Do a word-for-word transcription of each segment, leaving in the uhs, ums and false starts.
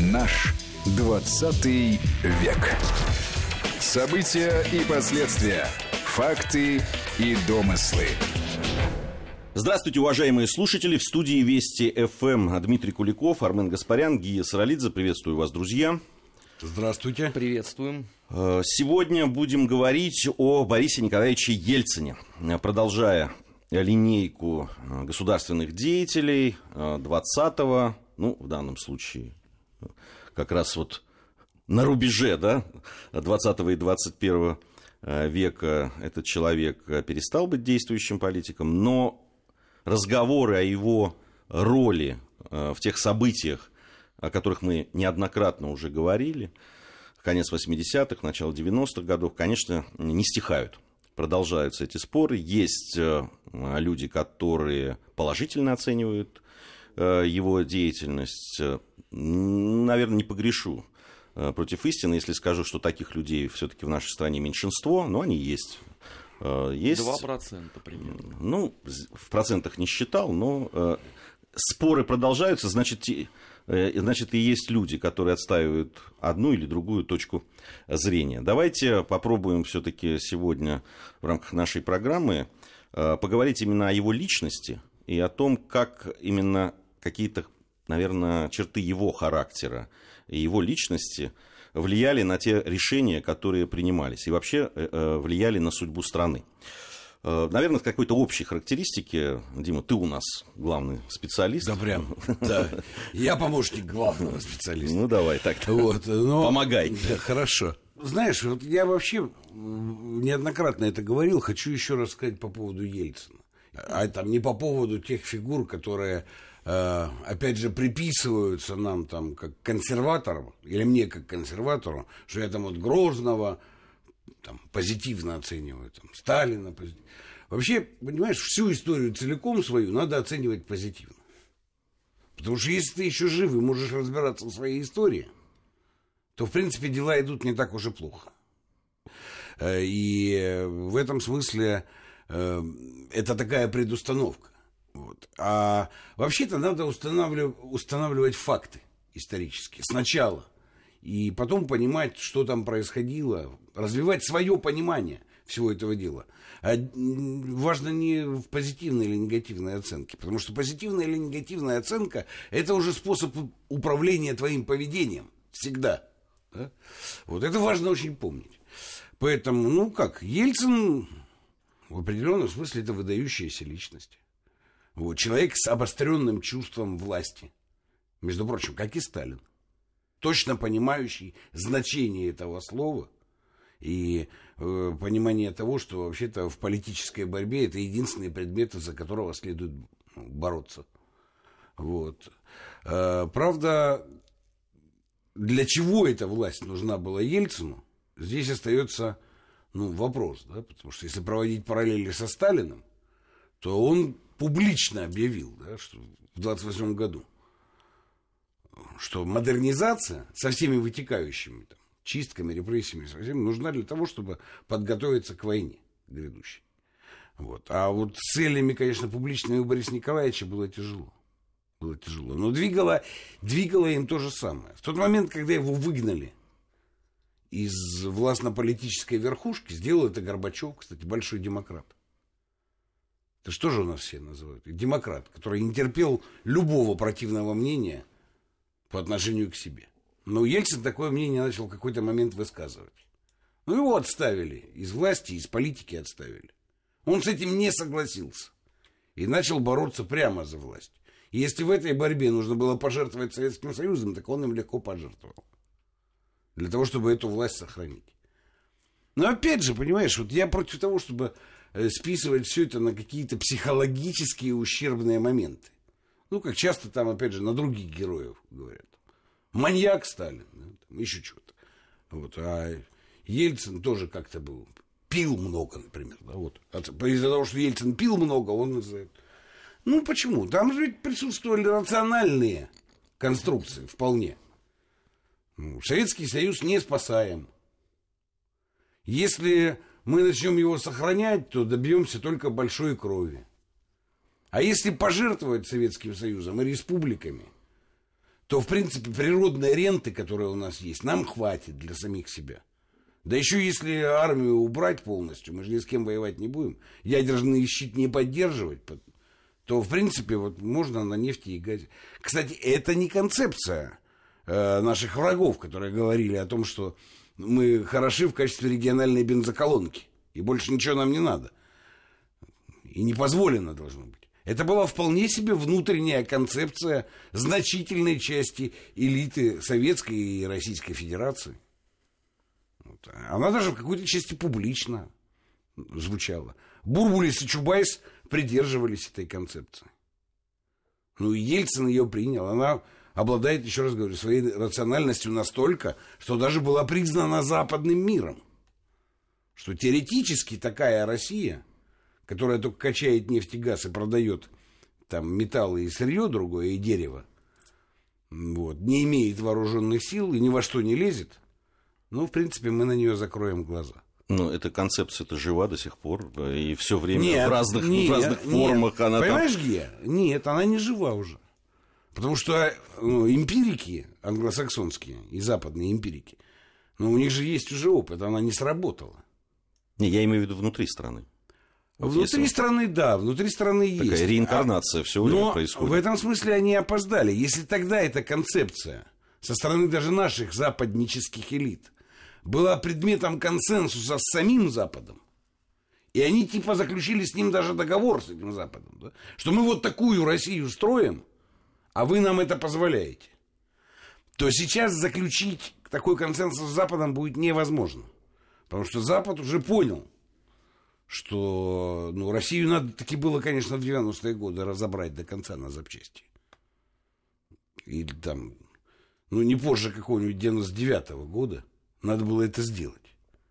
Наш двадцатый век. События и последствия. Факты и домыслы. Здравствуйте, уважаемые слушатели. В студии Вести эф эм Дмитрий Куликов, Армен Гаспарян, Гия Саралидзе. Приветствую вас, друзья. Здравствуйте. Приветствуем. Сегодня будем говорить о Борисе Николаевиче Ельцине. Продолжая линейку государственных деятелей двадцатого, ну, в данном случае, как раз вот на рубеже, да, двадцатого и двадцать первого века этот человек перестал быть действующим политиком, но разговоры о его роли в тех событиях, о которых мы неоднократно уже говорили, конец восьмидесятых, начало девяностых годов, конечно, не стихают. Продолжаются эти споры. Есть люди, которые положительно оценивают его деятельность. Наверное, не погрешу против истины, если скажу, что таких людей все-таки в нашей стране меньшинство, но они есть. Есть... два процента примерно. Ну, в процентах не считал, но споры продолжаются, значит, значит, и есть люди, которые отстаивают одну или другую точку зрения. Давайте попробуем все-таки сегодня в рамках нашей программы поговорить именно о его личности и о том, как именно какие-то, наверное, черты его характера и его личности влияли на те решения, которые принимались, и вообще влияли на судьбу страны. Наверное, какой-то общей характеристики. Дима, ты у нас главный специалист. Да, прям, да. Я помощник главного специалиста. Ну, давай, так, вот, но... помогай. Да, хорошо. Знаешь, вот я вообще неоднократно это говорил, хочу еще раз сказать по поводу Ельцина. А там не по поводу тех фигур, которые, э, опять же, приписываются нам там как консерваторам, или мне как консерватору, что я там вот Грозного там, позитивно оцениваю, там, Сталина позитивно. Вообще, понимаешь, всю историю целиком свою надо оценивать позитивно. Потому что если ты еще жив и можешь разбираться в своей истории, то, в принципе, дела идут не так уж и плохо. И в этом смысле это такая предустановка. Вот. А вообще-то надо устанавливать, устанавливать факты исторические сначала. И потом понимать, что там происходило, развивать свое понимание всего этого дела. А важно не в позитивной или негативной оценке, потому что позитивная или негативная оценка – это уже способ управления твоим поведением всегда. Да? Вот это важно очень помнить. Поэтому, ну как, Ельцин в определенном смысле это выдающаяся личность. Вот, человек с обостренным чувством власти. Между прочим, как и Сталин. Точно понимающий значение этого слова и э, понимание того, что вообще-то в политической борьбе это единственный предмет, из-за которого следует бороться. Вот. Э, правда, для чего эта власть нужна была Ельцину, здесь остается ну, вопрос, да? Потому что если проводить параллели со Сталиным, то он публично объявил, да, что в двадцать восьмом году, что модернизация со всеми вытекающими там, чистками, репрессиями, со всеми нужна для того, чтобы подготовиться к войне грядущей. Вот. А вот с целями, конечно, публичными у Бориса Николаевича было тяжело. Было тяжело. Но двигало, двигало им то же самое. В тот момент, когда его выгнали из властно-политической верхушки, сделал это Горбачев, кстати, большой демократ. Это что же у нас все называют? Демократ, который не терпел любого противного мнения по отношению к себе. Но Ельцин такое мнение начал в какой-то момент высказывать. Ну, его отставили. Из власти, из политики отставили. Он с этим не согласился. И начал бороться прямо за власть. И если в этой борьбе нужно было пожертвовать Советским Союзом, так он им легко пожертвовал. Для того, чтобы эту власть сохранить. Но опять же, понимаешь, вот я против того, чтобы списывать все это на какие-то психологические ущербные моменты. Ну, как часто там, опять же, на других героев говорят. Маньяк Сталин, да, там, еще что-то. Вот. А Ельцин тоже как-то был. Пил много, например. Да, вот. Из-за того, что Ельцин пил много, он называет. Ну, почему? Там же ведь присутствовали рациональные конструкции вполне. Ну, Советский Союз не спасаем. Если мы начнем его сохранять, то добьемся только большой крови. А если пожертвовать Советским Союзом и республиками, то, в принципе, природной ренты, которая у нас есть, нам хватит для самих себя. Да еще если армию убрать полностью, мы же ни с кем воевать не будем, ядерный щит не поддерживать, то, в принципе, вот можно на нефти и газе. Кстати, это не концепция э, наших врагов, которые говорили о том, что мы хороши в качестве региональной бензоколонки, и больше ничего нам не надо. И не позволено должно быть. Это была вполне себе внутренняя концепция значительной части элиты Советской и Российской Федерации. Вот. Она даже в какой-то части публично звучала. Бурбулис и Чубайс придерживались этой концепции. Ну и Ельцин ее принял. Она обладает, еще раз говорю, своей рациональностью настолько, что даже была признана западным миром. Что теоретически такая Россия, которая только качает нефть и газ и продает там металлы и сырье другое, и дерево, вот, не имеет вооруженных сил и ни во что не лезет, ну, в принципе, мы на нее закроем глаза. Ну, эта концепция-то жива до сих пор, и все время нет, в разных, нет, в разных формах нет. она Понимаешь, там... Гея? Нет, она не жива уже. Потому что ну, эмпирики англосаксонские и западные эмпирики, ну, у них же есть уже опыт, она не сработала. Не, я имею в виду внутри страны. Вот внутри если... страны, да, внутри страны есть. Такая реинкарнация а... все время Но происходит. В этом смысле они опоздали. Если тогда эта концепция со стороны даже наших западнических элит была предметом консенсуса с самим Западом, и они типа заключили с ним даже договор с этим Западом, да, что мы вот такую Россию строим, а вы нам это позволяете, то сейчас заключить такой консенсус с Западом будет невозможно. Потому что Запад уже понял, что ну, Россию надо таки было, конечно, в девяностые годы разобрать до конца на запчасти. Или там, ну, не позже какого-нибудь девяносто девятого года надо было это сделать.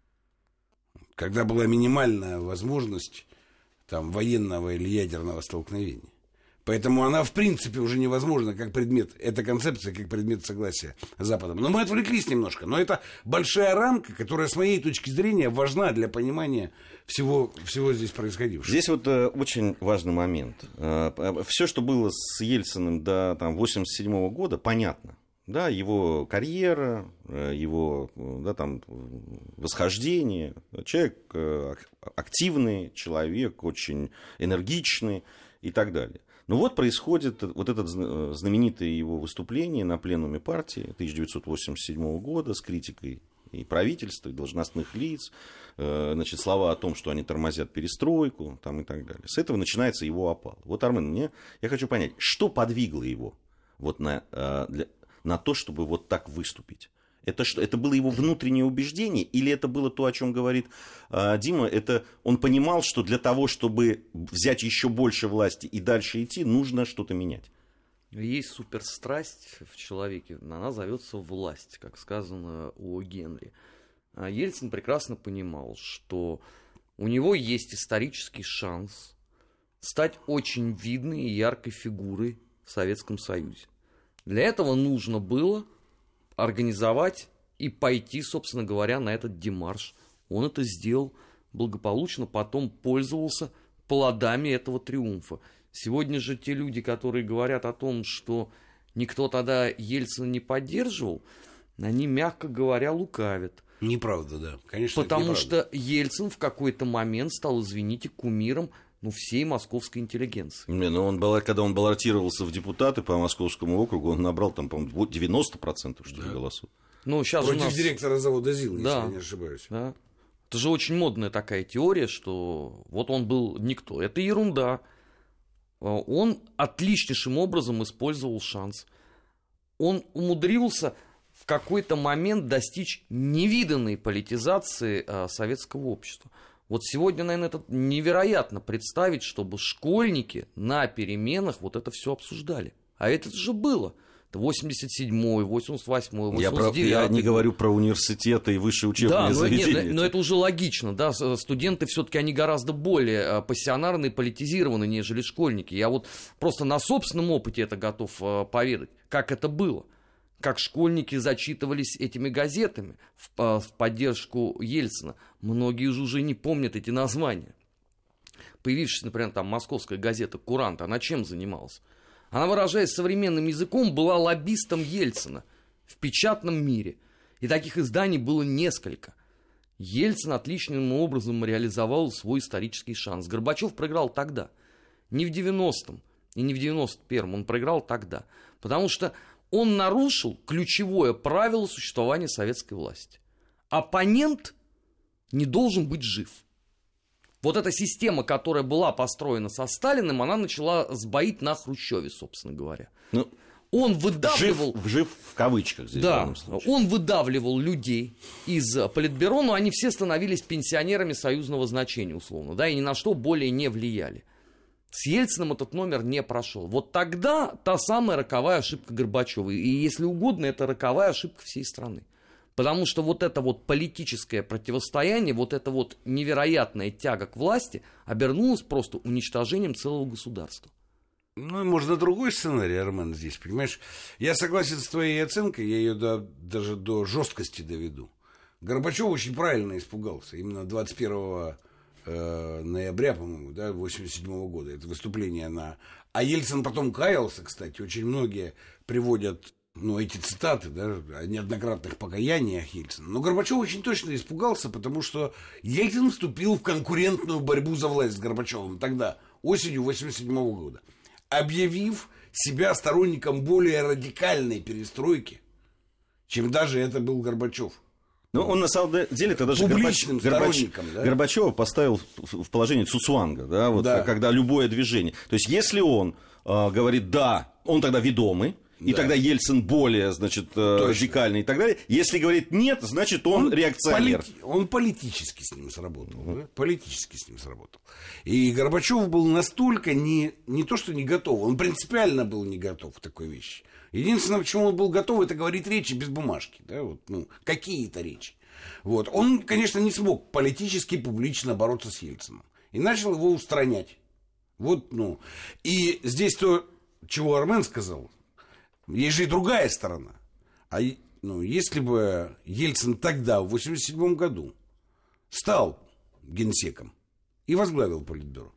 Когда была минимальная возможность там, военного или ядерного столкновения. Поэтому она, в принципе, уже невозможна как предмет, эта концепция как предмет согласия с Западом. Но мы отвлеклись немножко. Но это большая рамка, которая, с моей точки зрения, важна для понимания всего, всего здесь происходившего. Здесь вот э, очень важный момент. Э, все, что было с Ельциным до там, восемьдесят седьмого года, понятно. Да, его карьера, его да, там, восхождение. Человек э, активный, человек очень энергичный и так далее. Но вот происходит вот это знаменитое его выступление на пленуме партии тысяча девятьсот восемьдесят седьмого года с критикой и правительства, и должностных лиц, значит, слова о том, что они тормозят перестройку там, и так далее. С этого начинается его опал. Вот, Армен, мне, я хочу понять, что подвигло его вот на, для, на то, чтобы вот так выступить? Это, что, это было его внутреннее убеждение, или это было то, о чем говорит э, Дима, это он понимал, что для того, чтобы взять еще больше власти и дальше идти, нужно что-то менять? Есть суперстрасть в человеке, она зовется власть, как сказано у Генри. А Ельцин прекрасно понимал, что у него есть исторический шанс стать очень видной и яркой фигурой в Советском Союзе. Для этого нужно было организовать и пойти, собственно говоря, на этот демарш. Он это сделал благополучно, потом пользовался плодами этого триумфа. Сегодня же те люди, которые говорят о том, что никто тогда Ельцина не поддерживал, они, мягко говоря, лукавят. Неправда, да. Конечно, потому что Ельцин в какой-то момент стал, извините, кумиром ну, всей московской интеллигенции. Не, ну он, когда он баллотировался в депутаты по Московскому округу, он набрал там, по-моему, девяносто процентов, что ли, да. голосов. Ну, сейчас Против нас... директора завода ЗИЛ, да. если я не ошибаюсь. Да. Это же очень модная такая теория, что вот он был никто. Это ерунда. Он отличнейшим образом использовал шанс. Он умудрился в какой-то момент достичь невиданной политизации а, советского общества. Вот сегодня, наверное, это невероятно представить, чтобы школьники на переменах вот это все обсуждали. А это же было. Это восемьдесят седьмой, восемьдесят восьмой, восемьдесят девятый. Я, про, я не говорю про университеты и высшие учебные да, заведения. Да, но это уже логично. Да? Студенты все-таки они гораздо более пассионарны и политизированы, нежели школьники. Я вот просто на собственном опыте это готов поведать, как это было. Как школьники зачитывались этими газетами в, в поддержку Ельцина. Многие же уже не помнят эти названия. Появившаяся, например, там московская газета «Курант», она чем занималась? Она, выражаясь современным языком, была лоббистом Ельцина в печатном мире. И таких изданий было несколько. Ельцин отличным образом реализовал свой исторический шанс. Горбачев проиграл тогда. Не в девяностом и не в девяносто первом. Он проиграл тогда. Потому что он нарушил ключевое правило существования советской власти. Оппонент не должен быть жив. Вот эта система, которая была построена со Сталиным, она начала сбоить на Хрущеве, собственно говоря. Ну, он выдавливал... Жив, жив в кавычках здесь. Да, в данном случае. он выдавливал людей из политбюро, но они все становились пенсионерами союзного значения, условно, да, и ни на что более не влияли. С Ельциным этот номер не прошел. Вот тогда та самая роковая ошибка Горбачева. И, если угодно, это роковая ошибка всей страны. Потому что вот это вот политическое противостояние, вот эта вот невероятная тяга к власти обернулась просто уничтожением целого государства. Ну, можно другой сценарий, Армен, здесь, понимаешь? Я согласен с твоей оценкой, я ее до, даже до жесткости доведу. Горбачев очень правильно испугался. Именно двадцать первого ноября, по-моему, да, восемьдесят седьмого года, это выступление на... А Ельцин потом каялся, кстати, очень многие приводят, ну, эти цитаты, да, о неоднократных покаяниях Ельцина. Но Горбачев очень точно испугался, потому что Ельцин вступил в конкурентную борьбу за власть с Горбачевым тогда, осенью восемьдесят седьмого года, объявив себя сторонником более радикальной перестройки, чем даже это был Горбачев. Ну, он на самом деле тогда же Горбач... Горбач... да? Горбачева поставил в положение Цуцуанга, да, вот, да. Когда любое движение. То есть, если он э, говорит «да», он тогда ведомый, и да. Тогда Ельцин более, значит, э, радикальный и так далее. Если говорит «нет», значит, он, он реакционер. Полит... Он политически с ним сработал. Uh-huh. Да? Политически с ним сработал. И Горбачев был настолько не, не то, что не готов, он принципиально был не готов к такой вещи. Единственное, почему он был готов, это говорить речи без бумажки. Да? Вот, ну, какие-то речи. Вот. Он, конечно, не смог политически, публично бороться с Ельцином. И начал его устранять. Вот, ну. И здесь то, чего Армен сказал, есть же и другая сторона. А, ну, если бы Ельцин тогда, в восемьдесят седьмом году, стал генсеком и возглавил политбюро,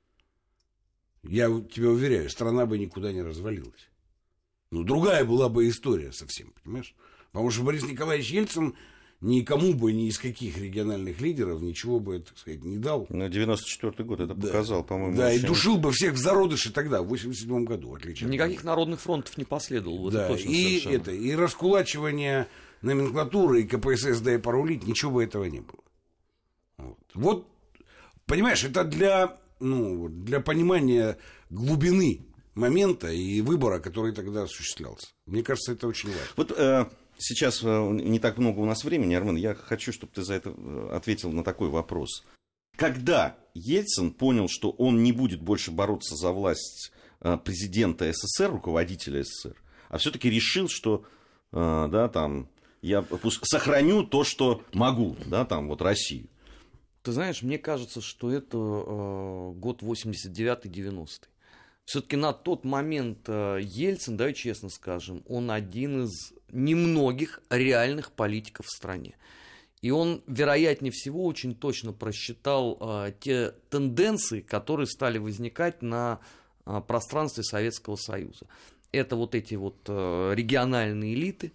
я тебя уверяю, страна бы никуда не развалилась. Ну, другая была бы история совсем, понимаешь? Потому что Борис Николаевич Ельцин никому бы, ни из каких региональных лидеров ничего бы, так сказать, не дал. Ну, девяносто четвёртый год это да. показал, по-моему. Да, очень... и душил бы всех в зародыше тогда, в восемьдесят седьмом году, в отличие Никаких от... народных фронтов не последовало. Да, это точно и, совершенно. это, и раскулачивание номенклатуры, и ка пэ эс эс, да и парулить, ничего бы этого не было. Вот, вот понимаешь, это для, ну, для понимания глубины момента и выбора, который тогда осуществлялся. Мне кажется, это очень важно. Вот э, сейчас э, не так много у нас времени, Армен, я хочу, чтобы ты за это ответил на такой вопрос. Когда Ельцин понял, что он не будет больше бороться за власть э, президента эс эс эс эр, руководителя эс эс эс эр, а все-таки решил, что э, да, там, я сохраню то, что могу, да, там, вот Россию. Ты знаешь, мне кажется, что это э, год восемьдесят девятый девяностый. Все-таки на тот момент Ельцин, давай честно скажем, он один из немногих реальных политиков в стране. И он, вероятнее всего, очень точно просчитал а, те тенденции, которые стали возникать на а, пространстве Советского Союза. Это вот эти вот а, региональные элиты,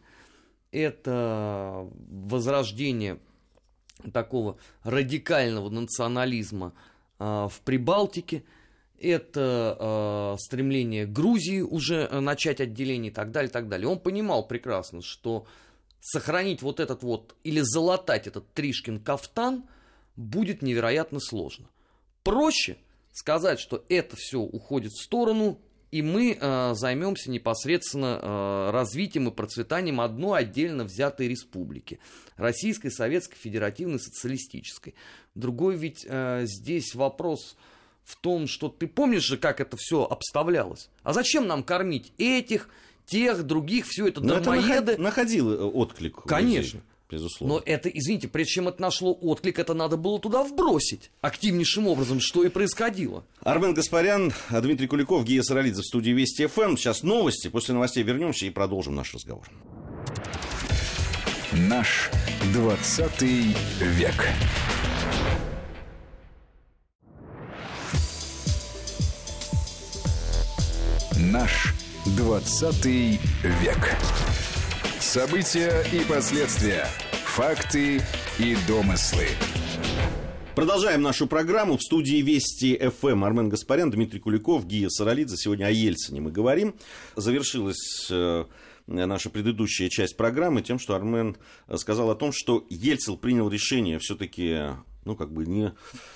это возрождение такого радикального национализма а, в Прибалтике, это э, стремление Грузии уже начать отделение и так далее, и так далее. Он понимал прекрасно, что сохранить вот этот вот, или залатать этот Тришкин кафтан будет невероятно сложно. Проще сказать, что это все уходит в сторону, и мы э, займемся непосредственно э, развитием и процветанием одной отдельно взятой республики. Российской, Советской, Федеративной, Социалистической. Другой ведь э, здесь вопрос... в том, что ты помнишь же, как это все обставлялось. А зачем нам кормить этих, тех, других, все это дармоеды? Это находило отклик. Конечно. Людей, безусловно. Но это, извините, прежде чем это нашло отклик, это надо было туда вбросить активнейшим образом, что и происходило. Армен Гаспарян, Дмитрий Куликов, Гия Саралидзе в студии Вести эф эм. Сейчас новости, после новостей вернемся и продолжим наш разговор. Наш двадцатый век. Наш двадцатый век. События и последствия. Факты и домыслы. Продолжаем нашу программу. В студии Вести эф эм Армен Гаспарян, Дмитрий Куликов, Гия Саралидзе. Сегодня о Ельцине мы говорим. Завершилась э, наша предыдущая часть программы тем, что Армен сказал о том, что Ельцин принял решение все-таки, ну, как бы не...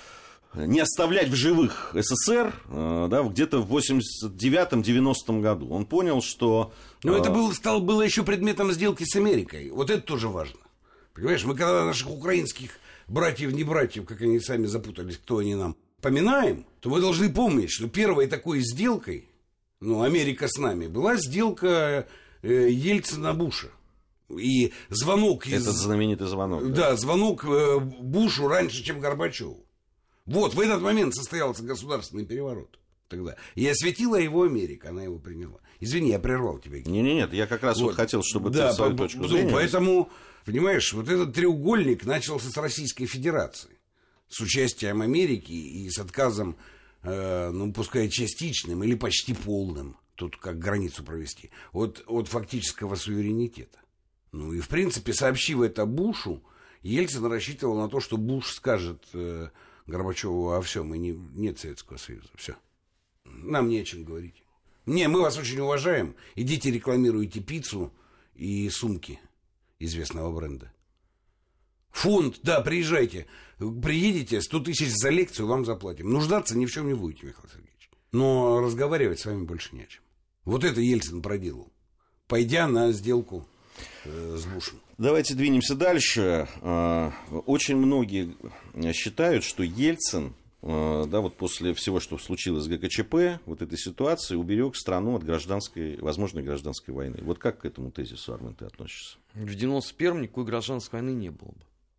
не оставлять в живых СССР, э, да, где-то в восемьдесят девятом-девяностом году. Он понял, что... Э... Но это был, стало, было еще предметом сделки с Америкой. Вот это тоже важно. Понимаешь, мы когда наших украинских братьев, не братьев, как они сами запутались, кто они нам, поминаем, то мы должны помнить, что первой такой сделкой, ну, Америка с нами, была сделка э, Ельцина-Буша. И звонок из... Этот знаменитый звонок. Да, да. звонок э, Бушу раньше, чем Горбачеву. Вот, в этот момент состоялся государственный переворот тогда. И осветила его Америка, она его приняла. Извини, я прервал тебя. Не-не-нет, я как раз вот, вот хотел, чтобы да, ты свою по- точку ну, зрения... Поэтому, понимаешь, вот этот треугольник начался с Российской Федерации. С участием Америки и с отказом, э, ну, пускай частичным или почти полным, тут как границу провести, от, от фактического суверенитета. Ну и, в принципе, сообщив это Бушу, Ельцин рассчитывал на то, что Буш скажет... Э, Горбачеву, а все, мы не, нет Советского Союза, все. Нам не о чем говорить. Не, мы вас очень уважаем. Идите рекламируйте пиццу и сумки известного бренда. Фонд, да, приезжайте. Приедете, сто тысяч за лекцию вам заплатим. Нуждаться ни в чем не будете, Михаил Сергеевич. Но разговаривать с вами больше не о чем. Вот это Ельцин проделал, пойдя на сделку э, с Бушем. Давайте двинемся дальше. Очень многие считают, что Ельцин, да, вот после всего, что случилось с гэ ка че пэ, вот этой ситуации, уберег страну от гражданской, возможной гражданской войны. Вот как к этому тезису, Армен, ты относишься? В девяносто первом никакой гражданской войны не было бы.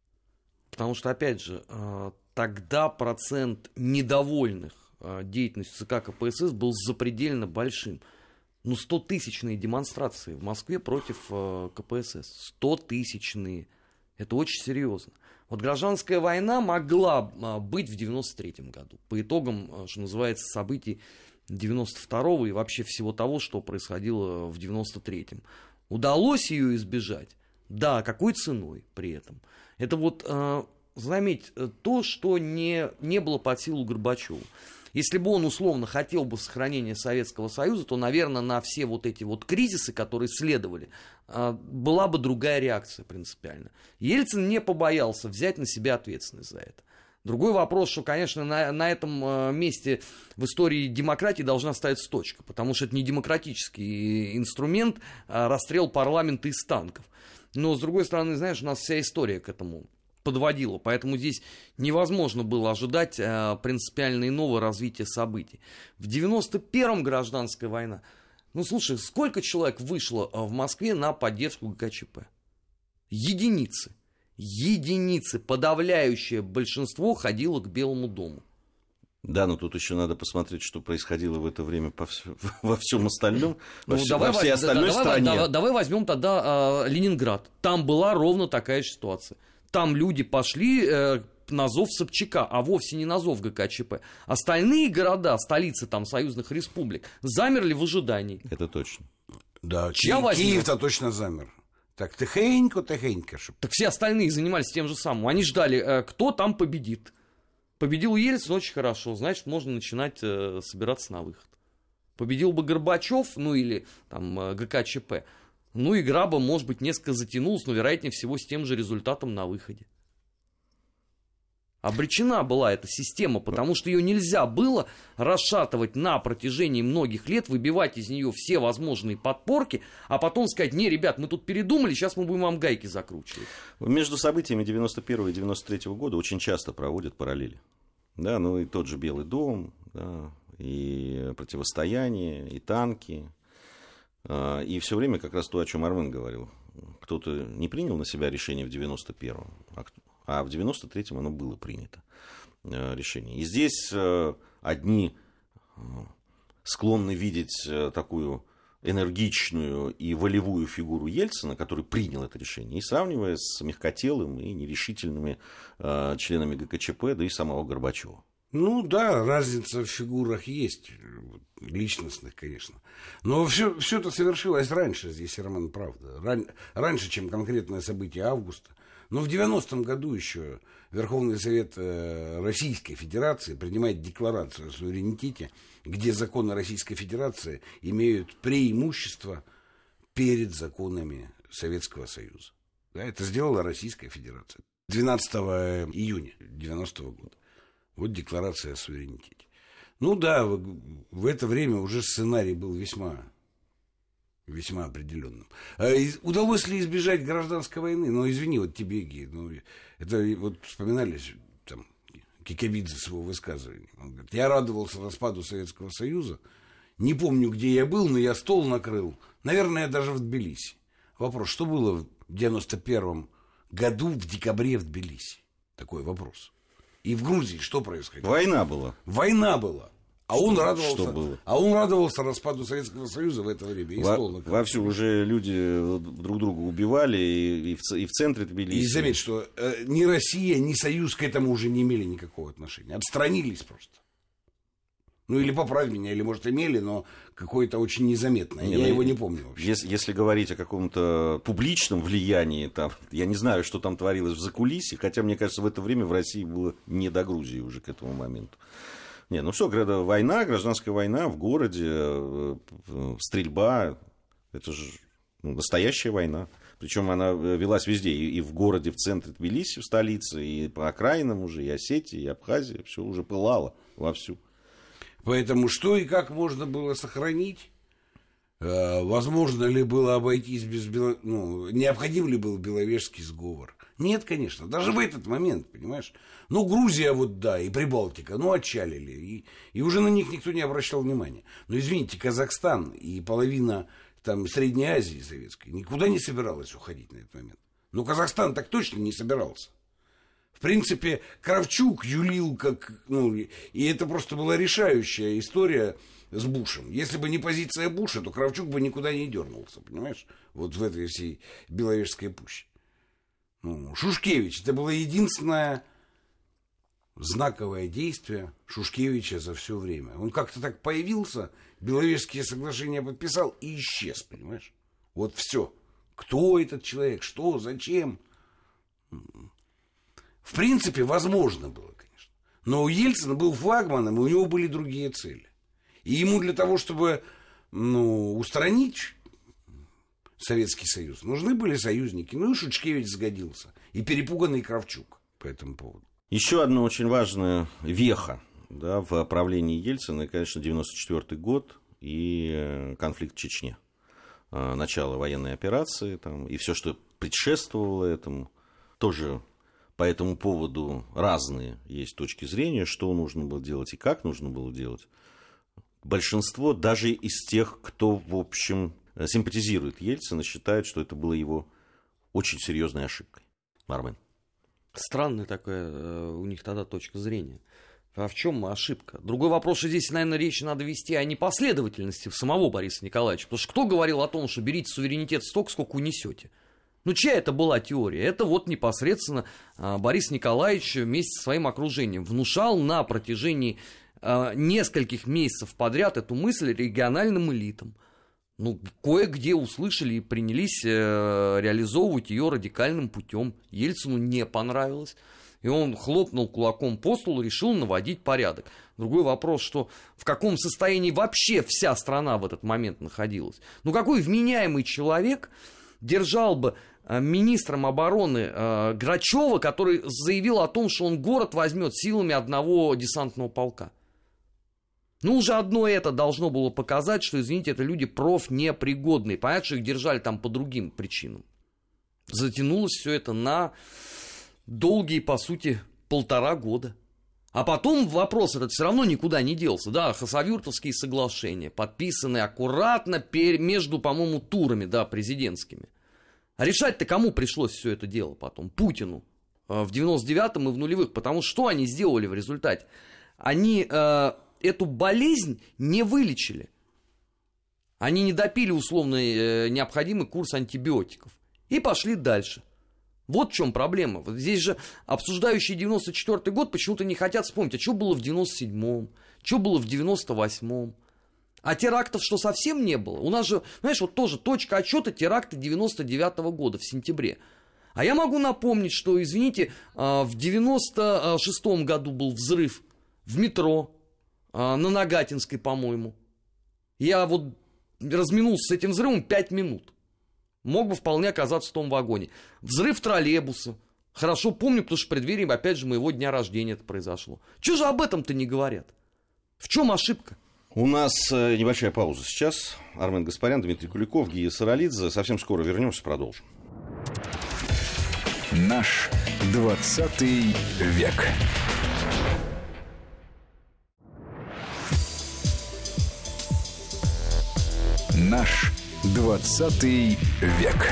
Потому что, опять же, тогда процент недовольных деятельностью цэ ка ка пэ эс эс был запредельно большим. Ну, стотысячные демонстрации в Москве против э, ка пэ эс эс. Стотысячные. Это очень серьезно. Вот гражданская война могла э, быть в девяносто третьем году. По итогам, э, что называется, событий девяносто второго и вообще всего того, что происходило в девяносто третьем. Удалось ее избежать? Да, какой ценой при этом? Это вот, э, заметь, то, что не, не было под силу Горбачеву. Если бы он условно хотел бы сохранения Советского Союза, то, наверное, на все вот эти вот кризисы, которые следовали, была бы другая реакция принципиально. Ельцин не побоялся взять на себя ответственность за это. Другой вопрос, что, конечно, на, на этом месте в истории демократии должна ставиться точка, потому что это не демократический инструмент, а расстрел парламента из танков. Но, с другой стороны, знаешь, у нас вся история к этому подводило, поэтому здесь невозможно было ожидать э, принципиально иного развития событий. В девяносто первом гражданская война. Ну, слушай, сколько человек вышло в Москве на поддержку гэ ка че пэ? Единицы. Единицы. Подавляющее большинство ходило к Белому дому. Да, но тут еще надо посмотреть, что происходило в это время по вс... во всем остальном, ну, во, вс... давай, во всей да, остальной давай, стране. Давай, давай возьмем тогда э, Ленинград. Там была ровно такая же ситуация. Там люди пошли э, на зов Собчака, а вовсе не на зов гэ ка че пэ. Остальные города, столицы там союзных республик, замерли в ожидании. Это точно. Да, Я Ки- Киев-то точно замер. Так, тихенько, тихенько. Чтоб... Так все остальные занимались тем же самым. Они ждали, э, кто там победит. Победил Ельцин, очень хорошо, значит, можно начинать э, собираться на выход. Победил бы Горбачев, ну или там э, гэ ка че пэ. Ну, игра бы, может быть, несколько затянулась, но, вероятнее всего, с тем же результатом на выходе. Обречена была эта система, потому что ее нельзя было расшатывать на протяжении многих лет, выбивать из нее все возможные подпорки, а потом сказать: не, ребят, мы тут передумали, сейчас мы будем вам гайки закручивать. Между событиями девяносто первого и девяносто третьего года очень часто проводят параллели. Да, ну и тот же Белый дом, да, и противостояние, и танки. И все время как раз то, о чем Армен говорил. Кто-то не принял на себя решение в девяносто первом, а в девяносто третьем оно было принято решение. И здесь одни склонны видеть такую энергичную и волевую фигуру Ельцина, который принял это решение, и сравнивая с мягкотелым и нерешительными членами гэ ка че пэ, да и самого Горбачева. Ну да, разница в фигурах есть, личностных, конечно. Но все, все это совершилось раньше, здесь Роман прав, да. Ран, раньше, чем конкретное событие августа. Но в девяностом году еще Верховный Совет э, Российской Федерации принимает декларацию о суверенитете, где законы Российской Федерации имеют преимущество перед законами Советского Союза. Да, это сделала Российская Федерация. двенадцатого июня девяностого года. Вот декларация о суверенитете. Ну да, в, в это время уже сценарий был весьма, весьма определенным. А из, удалось ли избежать гражданской войны? Ну, извини, вот тебе, Ги, ну, это вот вспоминались там Кикабидзе с его высказыванием. Он говорит, я радовался распаду Советского Союза. Не помню, где я был, но я стол накрыл. Наверное, даже в Тбилиси. Вопрос, что было в девяносто первом году в декабре в Тбилиси? Такой вопрос. И в Грузии что происходило? Война была. Война была. А он, радовался, что было? а он радовался распаду Советского Союза в это время. И Во, стол накрыл. Вовсю уже люди друг друга убивали и, и, в, и в центре Тбилиси. И заметь, что э, ни Россия, ни Союз к этому уже не имели никакого отношения. Отстранились просто. Ну, или поправь меня, или, может, имели, но какое-то очень незаметное. Не, я ну, его не помню вообще. Если, если говорить о каком-то публичном влиянии, там, я не знаю, что там творилось в закулисье, хотя, мне кажется, в это время в России было не до Грузии уже к этому моменту. Не, ну что, война, гражданская война в городе, стрельба, это же ну, настоящая война. Причем она велась везде, и в городе, в центре Тбилиси, в столице, и по окраинам уже, и Осетия, и Абхазия, все уже пылало вовсю. Поэтому что и как можно было сохранить? Возможно ли было обойтись без... Бело... Ну, необходим ли был Беловежский сговор? Нет, конечно. Даже в этот момент, понимаешь? Ну, Грузия вот, да, и Прибалтика, ну, отчалили. И, и уже на них никто не обращал внимания. Но, извините, Казахстан и половина там Средней Азии советской никуда не собиралась уходить на этот момент. Но Казахстан так точно не собирался. В принципе, Кравчук юлил как... Ну, и это просто была решающая история с Бушем. Если бы не позиция Буша, то Кравчук бы никуда не дернулся, понимаешь? Вот в этой всей Беловежской пуще. Ну, Шушкевич. Это было единственное знаковое действие Шушкевича за все время. Он как-то так появился, Беловежские соглашения подписал и исчез, понимаешь? Вот все. Кто этот человек? Что? Зачем? В принципе, возможно было, конечно. Но у Ельцина был флагманом, и у него были другие цели. И ему для того, чтобы ну, устранить Советский Союз, нужны были союзники. Ну и Шушкевич сгодился. И перепуганный Кравчук по этому поводу. Еще одна очень важная веха да, в правлении Ельцина, конечно, девяносто четвёртый год и конфликт в Чечне. Начало военной операции там, и все, что предшествовало этому, тоже... По этому поводу разные есть точки зрения, что нужно было делать и как нужно было делать. Большинство, даже из тех, кто, в общем, симпатизирует Ельцина, считают, что это было его очень серьезной ошибкой. Армен. Странная такая у них тогда точка зрения. А в чем ошибка? Другой вопрос, что здесь, наверное, речь надо вести о непоследовательности самого Бориса Николаевича. Потому что кто говорил о том, что берите суверенитет столько, сколько унесете? Ну, чья это была теория? Это вот непосредственно а, Борис Николаевич вместе со своим окружением внушал на протяжении а, нескольких месяцев подряд эту мысль региональным элитам. Ну, кое-где услышали и принялись э, реализовывать ее радикальным путем. Ельцину не понравилось. И он хлопнул кулаком по столу, решил наводить порядок. Другой вопрос, что в каком состоянии вообще вся страна в этот момент находилась. Ну, какой вменяемый человек держал бы министром обороны э, Грачева, который заявил о том, что он город возьмет силами одного десантного полка. Ну, уже одно это должно было показать, что, извините, это люди профнепригодные. Понятно, что их держали там по другим причинам. Затянулось все это на долгие, по сути, полтора года. А потом вопрос этот все равно никуда не делся. Да, Хасавюртовские соглашения, подписанные аккуратно между, по-моему, турами, да, президентскими. А решать-то кому пришлось все это дело потом? Путину в девяносто девятом и в нулевых. Потому что что они сделали в результате? Они э, эту болезнь не вылечили. Они не допили условно э, необходимый курс антибиотиков. И пошли дальше. Вот в чем проблема. Вот здесь же обсуждающие девяносто четвёртый год почему-то не хотят вспомнить, а что было в девяносто седьмом, что было в девяносто восьмом. А терактов что, совсем не было? У нас же, знаешь, вот тоже точка отсчета теракта девяносто девятого года в сентябре. А я могу напомнить, что, извините, в девяносто шестом году был взрыв в метро на Нагатинской, по-моему. Я вот разминулся с этим взрывом пять минут. Мог бы вполне оказаться в том вагоне. Взрыв троллейбуса. Хорошо помню, потому что в преддверии, опять же, моего дня рождения это произошло. Чего же об этом-то не говорят? В чем ошибка? У нас небольшая пауза сейчас. Армен Гаспарян, Дмитрий Куликов, Гия Саралидзе. Совсем скоро вернемся, продолжим. Наш двадцатый век. Наш двадцатый век.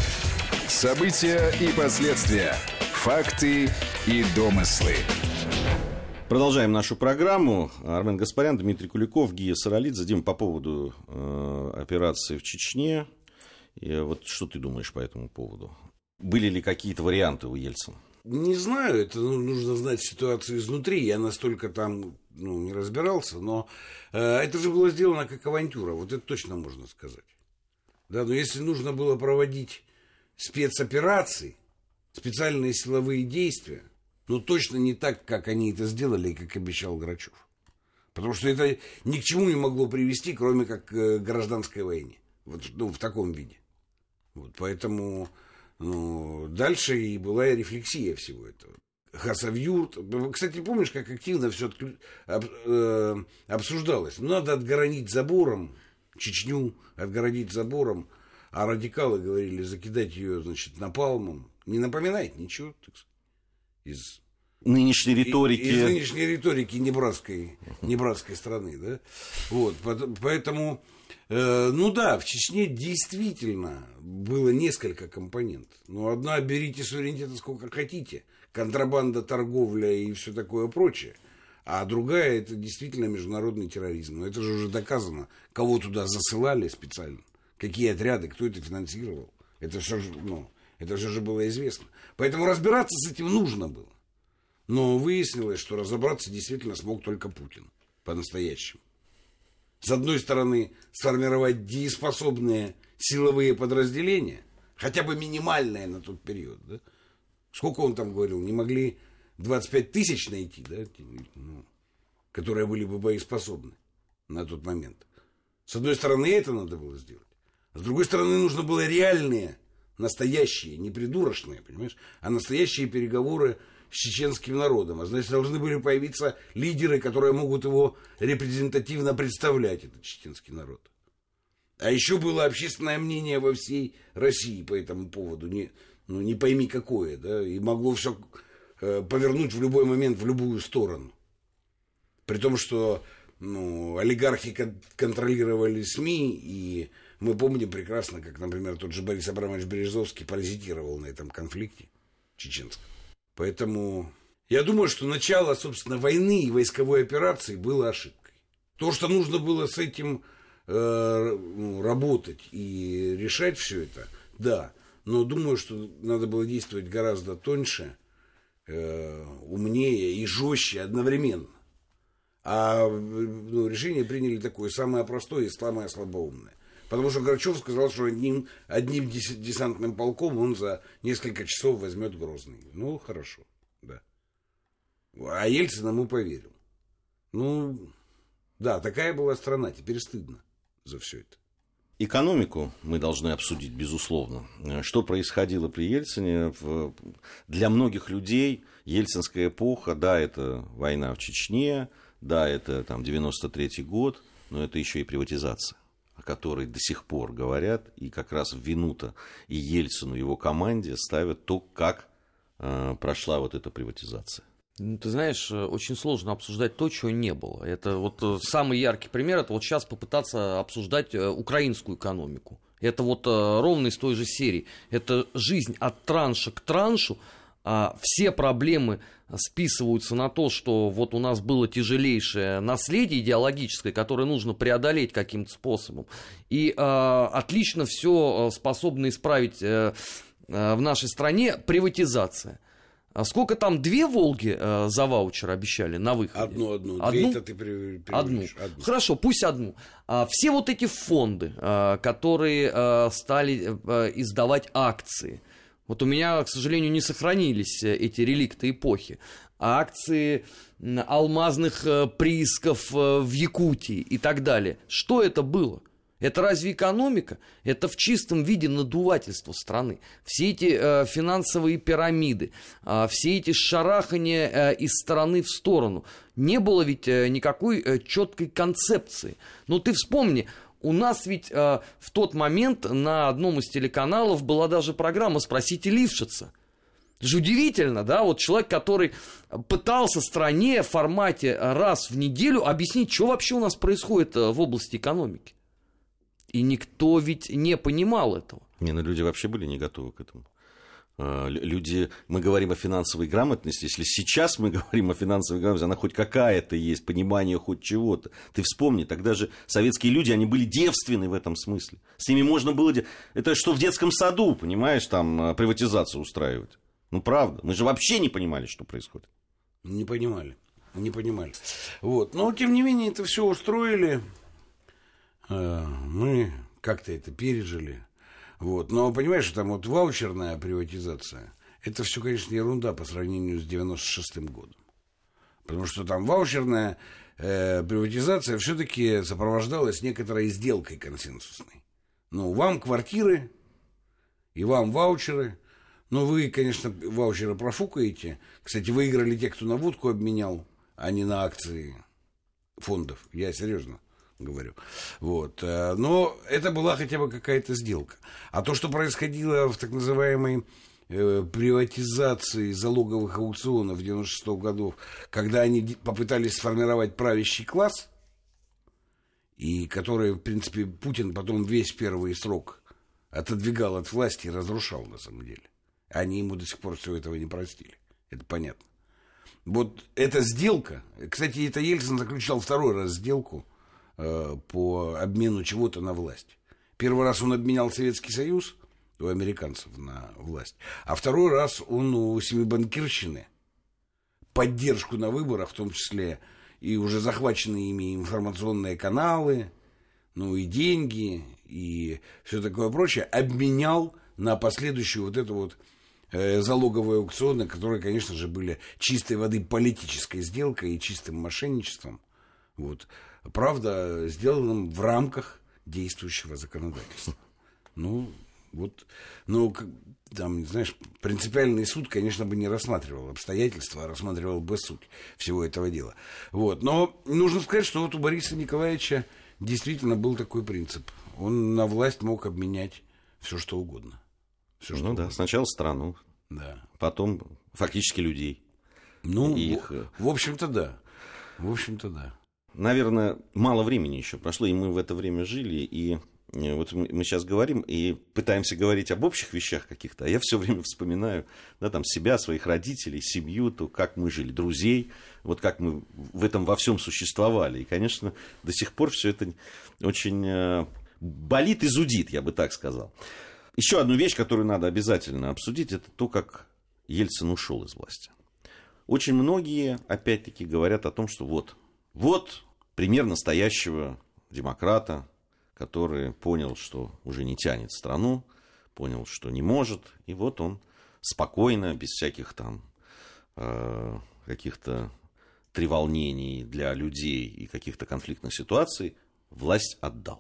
События и последствия. Факты и домыслы. Продолжаем нашу программу. Армен Гаспарян, Дмитрий Куликов, Гия Саралидзе. Дим, по поводу э, операции в Чечне. И вот что ты думаешь по этому поводу? Были ли какие-то варианты у Ельцина? Не знаю, это ну, нужно знать ситуацию изнутри. Я настолько там ну, не разбирался, но э, это же было сделано как авантюра. Вот это точно можно сказать. Да, но если нужно было проводить спецоперации, специальные силовые действия, ну точно не так, как они это сделали и как обещал Грачев. Потому что это ни к чему не могло привести, кроме как к гражданской войне. Вот, ну, в таком виде. Вот, поэтому ну, дальше и была и рефлексия всего этого. Хасавюрт. Кстати, помнишь, как активно все обсуждалось? Ну, надо отгородить забором Чечню, отгородить забором, а радикалы говорили закидать ее, значит, напалмом. Не напоминает ничего, так сказать, из нынешней риторики. Из, из нынешней риторики небратской, небратской страны, да? Вот, поэтому, э, ну да, в Чечне действительно было несколько компонентов. Но одна, берите суверенитета сколько хотите, контрабанда, торговля и все такое прочее. А другая, это действительно международный терроризм. Но это же уже доказано, кого туда засылали специально, какие отряды, кто это финансировал. Это все, ну, это все же было известно. Поэтому разбираться с этим нужно было. Но выяснилось, что разобраться действительно смог только Путин по-настоящему. С одной стороны, сформировать дееспособные силовые подразделения, хотя бы минимальные на тот период. Да? Сколько он там говорил, не могли двадцать пять тысяч найти, да, ну, которые были бы боеспособны на тот момент. С одной стороны, это надо было сделать. С другой стороны, нужно было реальные, настоящие, не придурочные, понимаешь, а настоящие переговоры с чеченским народом. А значит, должны были появиться лидеры, которые могут его репрезентативно представлять, этот чеченский народ. А еще было общественное мнение во всей России по этому поводу, не, ну, не пойми какое, да, и могло все повернуть в любой момент в любую сторону. При том, что ну, олигархи кон- контролировали СМИ, и мы помним прекрасно, как, например, тот же Борис Абрамович Березовский паразитировал на этом конфликте чеченском. Поэтому я думаю, что начало, собственно, войны и войсковой операции было ошибкой. То, что нужно было с этим э, ну, работать и решать все это, да. Но думаю, что надо было действовать гораздо тоньше, умнее и жестче одновременно. А ну, решение приняли такое самое простое и самое слабоумное. Потому что Грачев сказал, что одним, одним десантным полком он за несколько часов возьмет Грозный. Ну, хорошо, да. А Ельцин ему поверил. Ну, да, такая была страна, теперь стыдно за все это. Экономику мы должны обсудить, безусловно. Что происходило при Ельцине? Для многих людей ельцинская эпоха, да, это война в Чечне, да, это там девяносто третий год, но это еще и приватизация, о которой до сих пор говорят, и как раз в вину-то и Ельцину, и его команде ставят то, как э, прошла вот эта приватизация. Ну, ты знаешь, очень сложно обсуждать то, чего не было. Это вот самый яркий пример, это вот сейчас попытаться обсуждать украинскую экономику. Это вот ровно из той же серии. Это жизнь от транша к траншу. А все проблемы списываются на то, что вот у нас было тяжелейшее наследие идеологическое, которое нужно преодолеть каким-то способом. И а, отлично все способны исправить... в нашей стране приватизация. А сколько там, две «Волги» э, за ваучер обещали на выходе? Одну, одну. Одну? Две-то ты при, одну. одну. Хорошо, пусть одну. А, все вот эти фонды, а, которые а, стали а, издавать акции. Вот у меня, к сожалению, не сохранились эти реликты эпохи. Акции алмазных приисков в Якутии и так далее. Что это было? Это разве экономика? Это в чистом виде надувательство страны. Все эти э, финансовые пирамиды, э, все эти шарахания э, из стороны в сторону. Не было ведь э, никакой э, четкой концепции. Но ты вспомни, у нас ведь э, в тот момент на одном из телеканалов была даже программа «Спросите Лившица». Это же удивительно, да, вот человек, который пытался стране в формате раз в неделю объяснить, что вообще у нас происходит в области экономики. И никто ведь не понимал этого. Не, ну люди вообще были не готовы к этому. Люди, мы говорим о финансовой грамотности, если сейчас мы говорим о финансовой грамотности, она хоть какая-то есть, понимание хоть чего-то. Ты вспомни, тогда же советские люди, они были девственны в этом смысле. С ними можно было... Это что в детском саду, понимаешь, там приватизацию устраивать. Ну, правда. Мы же вообще не понимали, что происходит. Не понимали. Не понимали. Вот. Но, тем не менее, это все устроили. Мы как-то это пережили. Вот. Но, понимаешь, там вот ваучерная приватизация, это все, конечно, ерунда по сравнению с девяносто шестым годом. Потому что там ваучерная э, приватизация все-таки сопровождалась некоторой сделкой консенсусной. Ну, вам квартиры, и вам ваучеры. Ну, вы, конечно, ваучеры профукаете. Кстати, выиграли те, кто на водку обменял, а не на акции фондов. Я серьезно говорю. Вот. Но это была хотя бы какая-то сделка. А то, что происходило в так называемой э, приватизации залоговых аукционов девяносто шестого года, когда они попытались сформировать правящий класс, и который, в принципе, Путин потом весь первый срок отодвигал от власти и разрушал, на самом деле. Они ему до сих пор всего этого не простили. Это понятно. Вот эта сделка... Кстати, это Ельцин заключал второй раз сделку по обмену чего-то на власть. Первый раз он обменял Советский Союз у американцев на власть, а второй раз он у семибанкирщины поддержку на выборах, в том числе и уже захваченные ими информационные каналы, ну и деньги, и все такое прочее, обменял на последующую вот эту вот э, залоговые аукционы, которые, конечно же, были чистой воды политической сделкой и чистым мошенничеством. Вот. Правда, сделанным в рамках действующего законодательства. Ну, вот, ну, там, знаешь, принципиальный суд, конечно, бы не рассматривал обстоятельства, а рассматривал бы суть всего этого дела. Вот. Но нужно сказать, что вот у Бориса Николаевича действительно был такой принцип. Он на власть мог обменять все, что угодно. Все, что ну угодно. Да, сначала страну, да. Потом фактически людей. Ну, их... в, в общем-то, да. В общем-то, да. Наверное, мало времени еще прошло, и мы в это время жили, и вот мы сейчас говорим и пытаемся говорить об общих вещах каких-то, а я все время вспоминаю, да, там, себя, своих родителей, семью, то, как мы жили, друзей, вот как мы в этом во всем существовали. И, конечно, до сих пор все это очень болит и зудит, я бы так сказал. Еще одну вещь, которую надо обязательно обсудить, это то, как Ельцин ушел из власти. Очень многие, опять-таки, говорят о том, что вот, вот пример настоящего демократа, который понял, что уже не тянет страну, понял, что не может, и вот он спокойно, без всяких там э, каких-то треволнений для людей и каких-то конфликтных ситуаций власть отдал,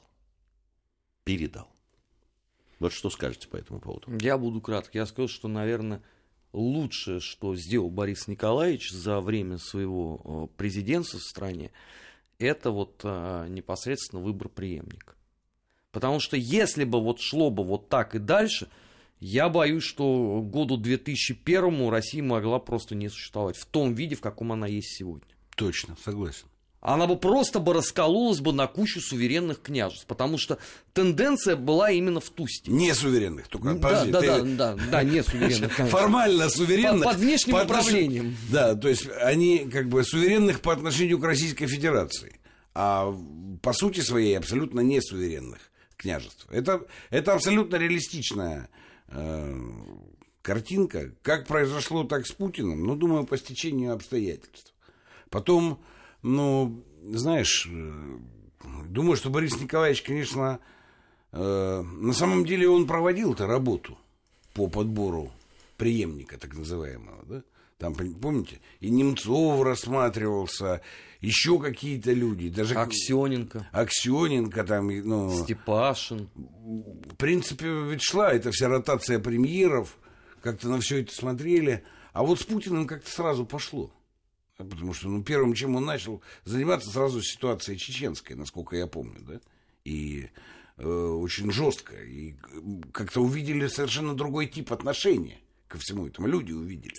передал. Вот что скажете по этому поводу? Я буду краток. Я скажу, что, наверное, лучшее, что сделал Борис Николаевич за время своего президентства в стране, это вот а, непосредственно выбор преемника. Потому что если бы вот шло бы вот так и дальше, я боюсь, что к году две тысячи первому Россия могла просто не существовать в том виде, в каком она есть сегодня. Точно, согласен. Она бы просто бы раскололась бы на кучу суверенных княжеств, потому что тенденция была именно в ту степень. Не суверенных, только да, подожди, да, ты... да, да, да, не суверенных. Конечно. Формально суверенных. Под, под внешним по управлением. Отнош... Да, то есть они как бы суверенных по отношению к Российской Федерации, а по сути своей абсолютно не суверенных княжеств. Это, это абсолютно реалистичная э, картинка. Как произошло так с Путиным, ну, думаю, по стечению обстоятельств. Потом, ну, знаешь, э, думаю, что Борис Николаевич, конечно, э, на самом деле он проводил-то работу по подбору преемника, так называемого, да? Там, помните, и Немцов рассматривался, еще какие-то люди. Даже Аксененко. Аксененко там, ну... Степашин. В принципе, ведь шла эта вся ротация премьеров, как-то на все это смотрели. А вот с Путиным как-то сразу пошло. Потому что, ну, первым, чем он начал заниматься, сразу ситуацией чеченской, насколько я помню, да? И э, очень жестко. И как-то увидели совершенно другой тип отношения ко всему этому. Люди увидели.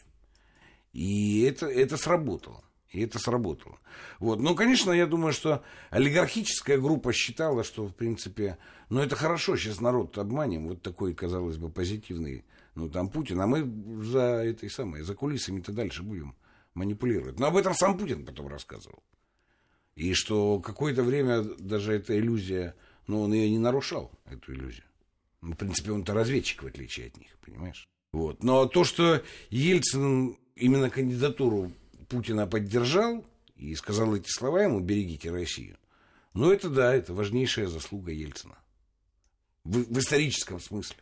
И это, это сработало. И это сработало. Вот. Ну, конечно, я думаю, что олигархическая группа считала, что, в принципе, ну, это хорошо, сейчас народ обманем. Вот такой, казалось бы, позитивный, ну, там, Путин. А мы за этой самой, за кулисами-то дальше будем манипулировать. Но об этом сам Путин потом рассказывал. И что какое-то время даже эта иллюзия, ну, он ее не нарушал, эту иллюзию. Ну, в принципе, он-то разведчик, в отличие от них, понимаешь? Вот. Но то, что Ельцин именно кандидатуру Путина поддержал и сказал эти слова ему: «Берегите Россию», ну, это да, это важнейшая заслуга Ельцина. В, в историческом смысле.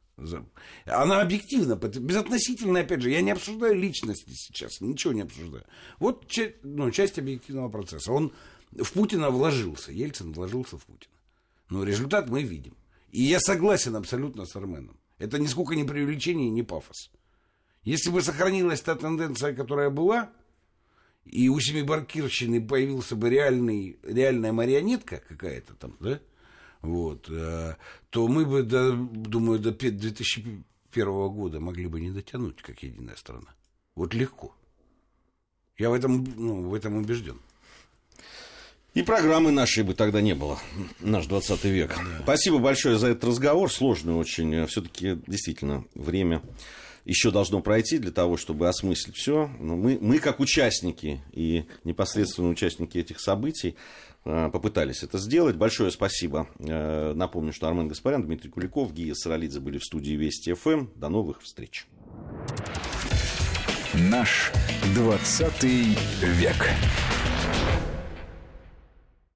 Она объективна, безотносительно, опять же, я не обсуждаю личности сейчас, ничего не обсуждаю. Вот часть, ну, часть объективного процесса. Он в Путина вложился, Ельцин вложился в Путина. Но результат мы видим. И я согласен абсолютно с Арменом. Это нисколько не преувеличение, не пафос. Если бы сохранилась та тенденция, которая была, и у Семибаркирщины появился бы реальный, реальная марионетка какая-то там, да, вот, то мы бы, до, думаю, до две тысячи первого года могли бы не дотянуть, как единая страна. Вот легко. Я в этом, ну, в этом убежден. И программы нашей бы тогда не было. Наш двадцатый век. Да. Спасибо большое за этот разговор. Сложный очень. Все-таки действительно время еще должно пройти для того, чтобы осмыслить все. Но мы, мы, как участники и непосредственно участники этих событий, попытались это сделать. Большое спасибо. Напомню, что Армен Гаспарян, Дмитрий Куликов, Гия Саралидзе были в студии Вести ФМ. До новых встреч. Наш двадцатый век.